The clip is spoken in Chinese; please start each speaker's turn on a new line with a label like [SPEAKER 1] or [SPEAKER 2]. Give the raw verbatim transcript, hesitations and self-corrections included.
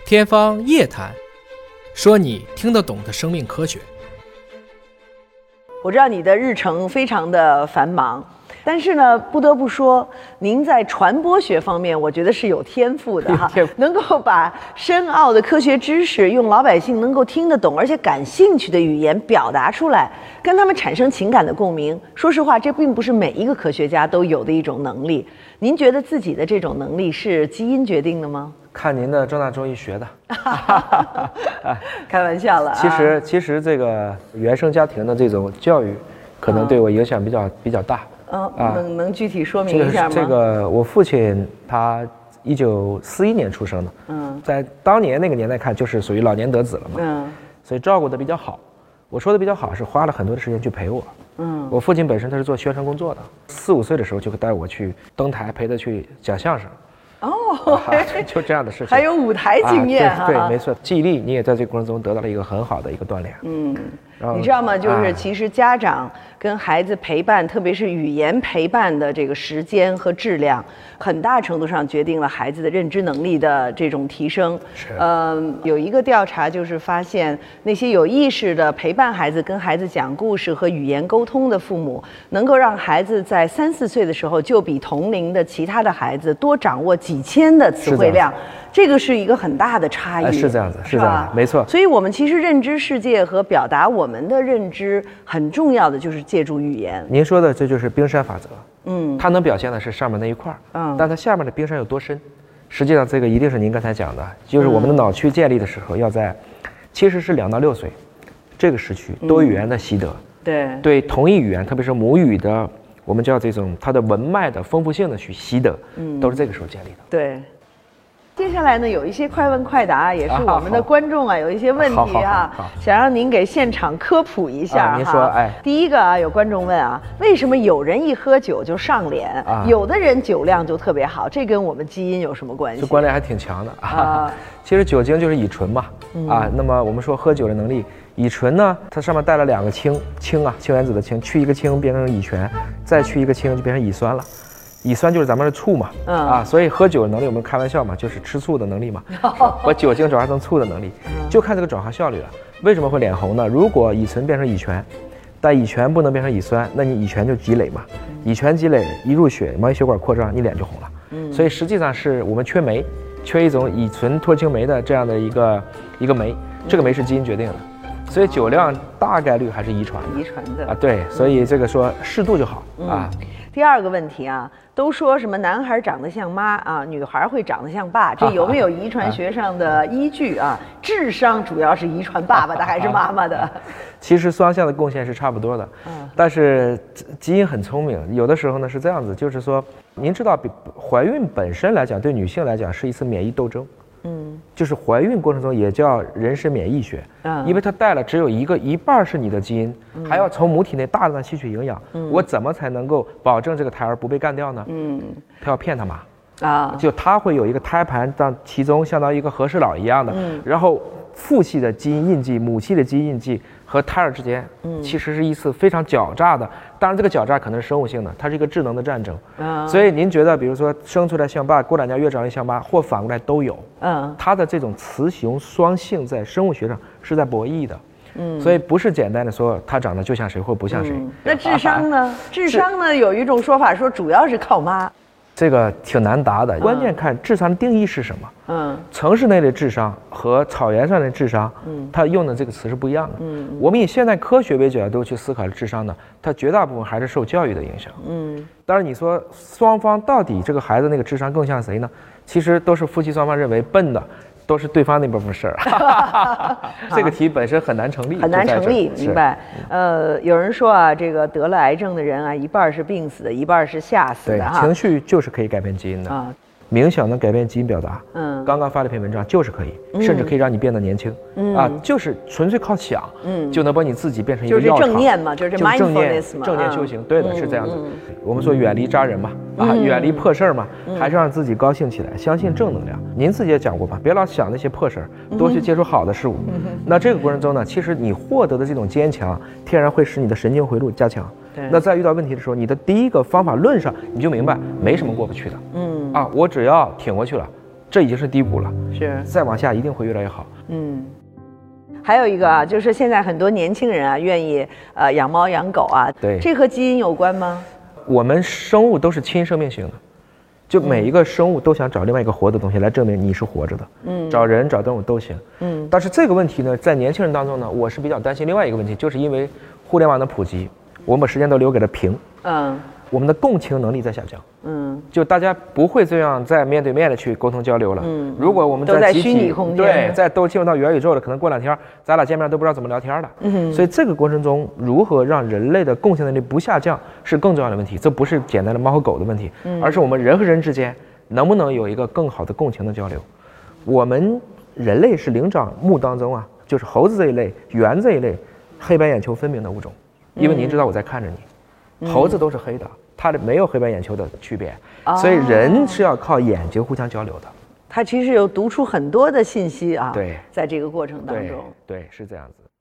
[SPEAKER 1] 天方夜谭，说你听得懂的生命科学。
[SPEAKER 2] 我知道你的日程非常的繁忙，但是呢，不得不说，您在传播学方面，我觉得是有天赋的哈，能够把深奥的科学知识用老百姓能够听得懂而且感兴趣的语言表达出来，跟他们产生情感的共鸣。说实话，这并不是每一个科学家都有的一种能力。您觉得自己的这种能力是基因决定的吗？
[SPEAKER 3] 看您的正大中医学的，
[SPEAKER 2] 开玩笑了、啊。
[SPEAKER 3] 其实，其实这个原生家庭的这种教育，可能对我影响比较、嗯、比较大。
[SPEAKER 2] 嗯、哦，啊、能能具体说明一下吗？
[SPEAKER 3] 这个，这个我父亲他一九四一年出生的，嗯，在当年那个年代看，就是属于老年得子了嘛，嗯，所以照顾的比较好。我说的比较好，是花了很多的时间去陪我。嗯，我父亲本身他是做宣传工作的，四五岁的时候就带我去登台，陪他去讲相声。
[SPEAKER 2] 哦、
[SPEAKER 3] 啊，就这样的事情，
[SPEAKER 2] 还有舞台经验哈、
[SPEAKER 3] 啊，对, 对，没错，记忆力你也在这个过程中得到了一个很好的一个锻炼。
[SPEAKER 2] 嗯，你知道吗？就是其实家长跟孩子陪伴，特别是语言陪伴的这个时间和质量，很大程度上决定了孩子的认知能力的这种提升。
[SPEAKER 3] 是，
[SPEAKER 2] 嗯，有一个调查就是发现，那些有意识的陪伴孩子、跟孩子讲故事和语言沟通的父母，能够让孩子在三四岁的时候就比同龄的其他的孩子多掌握几千的词汇量，这个是一个很大的差异。
[SPEAKER 3] 哎、是这样子，是这样子，没错。
[SPEAKER 2] 所以我们其实认知世界和表达我们的认知，很重要的就是借助语言。
[SPEAKER 3] 您说的这就是冰山法则，嗯，它能表现的是上面那一块，嗯，但它下面的冰山有多深？实际上这个一定是您刚才讲的，就是我们的脑区建立的时候要在，其实是两到六岁这个时区多语言的习得，
[SPEAKER 2] 嗯、对
[SPEAKER 3] 对同一语言，特别是母语的。我们叫这种它的文脉的丰富性的去习得，嗯，都是这个时候建立的。
[SPEAKER 2] 对，接下来呢，有一些快问快答，也是我们的观众啊，有一些问题啊，想让您给现场科普一下、啊。
[SPEAKER 3] 您说，哎，
[SPEAKER 2] 第一个啊，有观众问啊，为什么有人一喝酒就上脸，啊、有的人酒量就特别好？这跟我们基因有什么关系？
[SPEAKER 3] 这关联还挺强的啊。其实酒精就是乙醇嘛，嗯、啊，那么我们说喝酒的能力。乙醇呢，它上面带了两个氢，氢啊，氢原子的氢，去一个氢变成乙醛，再去一个氢就变成乙酸了。乙酸就是咱们的醋嘛，嗯、啊，所以喝酒的能力我们开玩笑嘛，就是吃醋的能力嘛，把酒精转化成醋的能力，就看这个转化效率了。为什么会脸红呢？如果乙醇变成乙醛，但乙醛不能变成乙酸，那你乙醛就积累嘛，乙醛积累一入血，毛细血管扩张，你脸就红了。嗯，所以实际上是我们缺酶，缺一种乙醇脱氢酶的这样的一个一个酶，这个酶是基因决定的。所以酒量大概率还是遗传的，
[SPEAKER 2] 遗传的
[SPEAKER 3] 啊，对，所以这个说适度就好、
[SPEAKER 2] 嗯、
[SPEAKER 3] 啊。
[SPEAKER 2] 第二个问题啊，都说什么男孩长得像妈啊，女孩会长得像爸，这有没有遗传学上的依据啊？智商主要是遗传爸爸的还是妈妈的？
[SPEAKER 3] 其实双向的贡献是差不多的，嗯，但是基因很聪明，有的时候呢是这样子，就是说，您知道，怀孕本身来讲，对女性来讲是一次免疫斗争。嗯，就是怀孕过程中也叫人身免疫学，嗯，因为它带了只有一个一半是你的基因，嗯、还要从母体内大量吸取营养，嗯，我怎么才能够保证这个胎儿不被干掉呢？嗯，他要骗他妈，啊，就他会有一个胎盘当其中相当于一个和事佬一样的，嗯，然后父系的基因印记、母系的基因印记和胎儿之间，嗯，其实是一次非常狡诈的。当然，这个狡诈可能是生物性的，它是一个智能的战争。嗯，所以您觉得，比如说生出来像爸，过两年越长越像妈，或反过来都有。嗯，它的这种雌雄双性在生物学上是在博弈的。嗯，所以不是简单的说他长得就像谁或不像谁。嗯、
[SPEAKER 2] 那智商呢？智商呢？有一种说法说主要是靠妈。
[SPEAKER 3] 这个挺难答的，关键看智商的定义是什么。嗯，城市内的智商和草原上的智商，嗯，它用的这个词是不一样的。嗯，我们以现代科学为角度去思考智商呢，它绝大部分还是受教育的影响。嗯，当然你说双方到底这个孩子那个智商更像谁呢？其实都是夫妻双方认为笨的。都是对方那部分事儿，这个题本身很难成立，
[SPEAKER 2] 很难成立，明白？呃，有人说啊，这个得了癌症的人啊，一半是病死的，一半是吓死的。
[SPEAKER 3] 对，情绪就是可以改变基因的啊。冥想能改变基因表达，嗯，刚刚发了一篇文章就是可以，嗯、甚至可以让你变得年轻，嗯啊，就是纯粹靠想，嗯，就能把你自己变成一个药厂，
[SPEAKER 2] 就是正念嘛，就是这 mindfulness 嘛，
[SPEAKER 3] 正念修行，对的，是这样子。嗯、我们说远离渣人嘛，啊，嗯、远离破事儿嘛，嗯、还是让自己高兴起来，相信正能量。您自己也讲过吧，别老想那些破事儿，多去接触好的事物。嗯、那这个过程中呢，其实你获得的这种坚强，天然会使你的神经回路加强。那在遇到问题的时候，你的第一个方法论上你就明白没什么过不去的。嗯啊，我只要挺过去了， 这已经是低谷了，
[SPEAKER 2] 是
[SPEAKER 3] 再往下一定会越来越好。
[SPEAKER 2] 嗯。还有一个啊，就是现在很多年轻人啊，愿意呃养猫养狗啊，
[SPEAKER 3] 对，
[SPEAKER 2] 这和基因有关吗？
[SPEAKER 3] 我们生物都是亲生命性的，就每一个生物都想找另外一个活的东西来证明你是活着的，嗯，找人找动物都行，嗯。但是这个问题呢，在年轻人当中呢，我是比较担心另外一个问题，就是因为互联网的普及，我们把时间都留给了屏，嗯。我们的共情能力在下降，嗯，就大家不会这样再面对面的去沟通交流了，嗯，如果我们
[SPEAKER 2] 在虚拟空间，
[SPEAKER 3] 对，在都进入到元宇宙了，可能过两天咱俩见面都不知道怎么聊天了，嗯，所以这个过程中如何让人类的共情能力不下降是更重要的问题，这不是简单的猫和狗的问题，嗯，而是我们人和人之间能不能有一个更好的共情的交流。我们人类是灵长目当中啊，就是猴子这一类、猿这一类黑白眼球分明的物种，因为您知道我在看着你。猴子都是黑的，它的没有黑白眼球的区别，哦，所以人是要靠眼睛互相交流的。
[SPEAKER 2] 它其实有读出很多的信息啊，
[SPEAKER 3] 对，
[SPEAKER 2] 在这个过程当中，
[SPEAKER 3] 对，对，是这样子。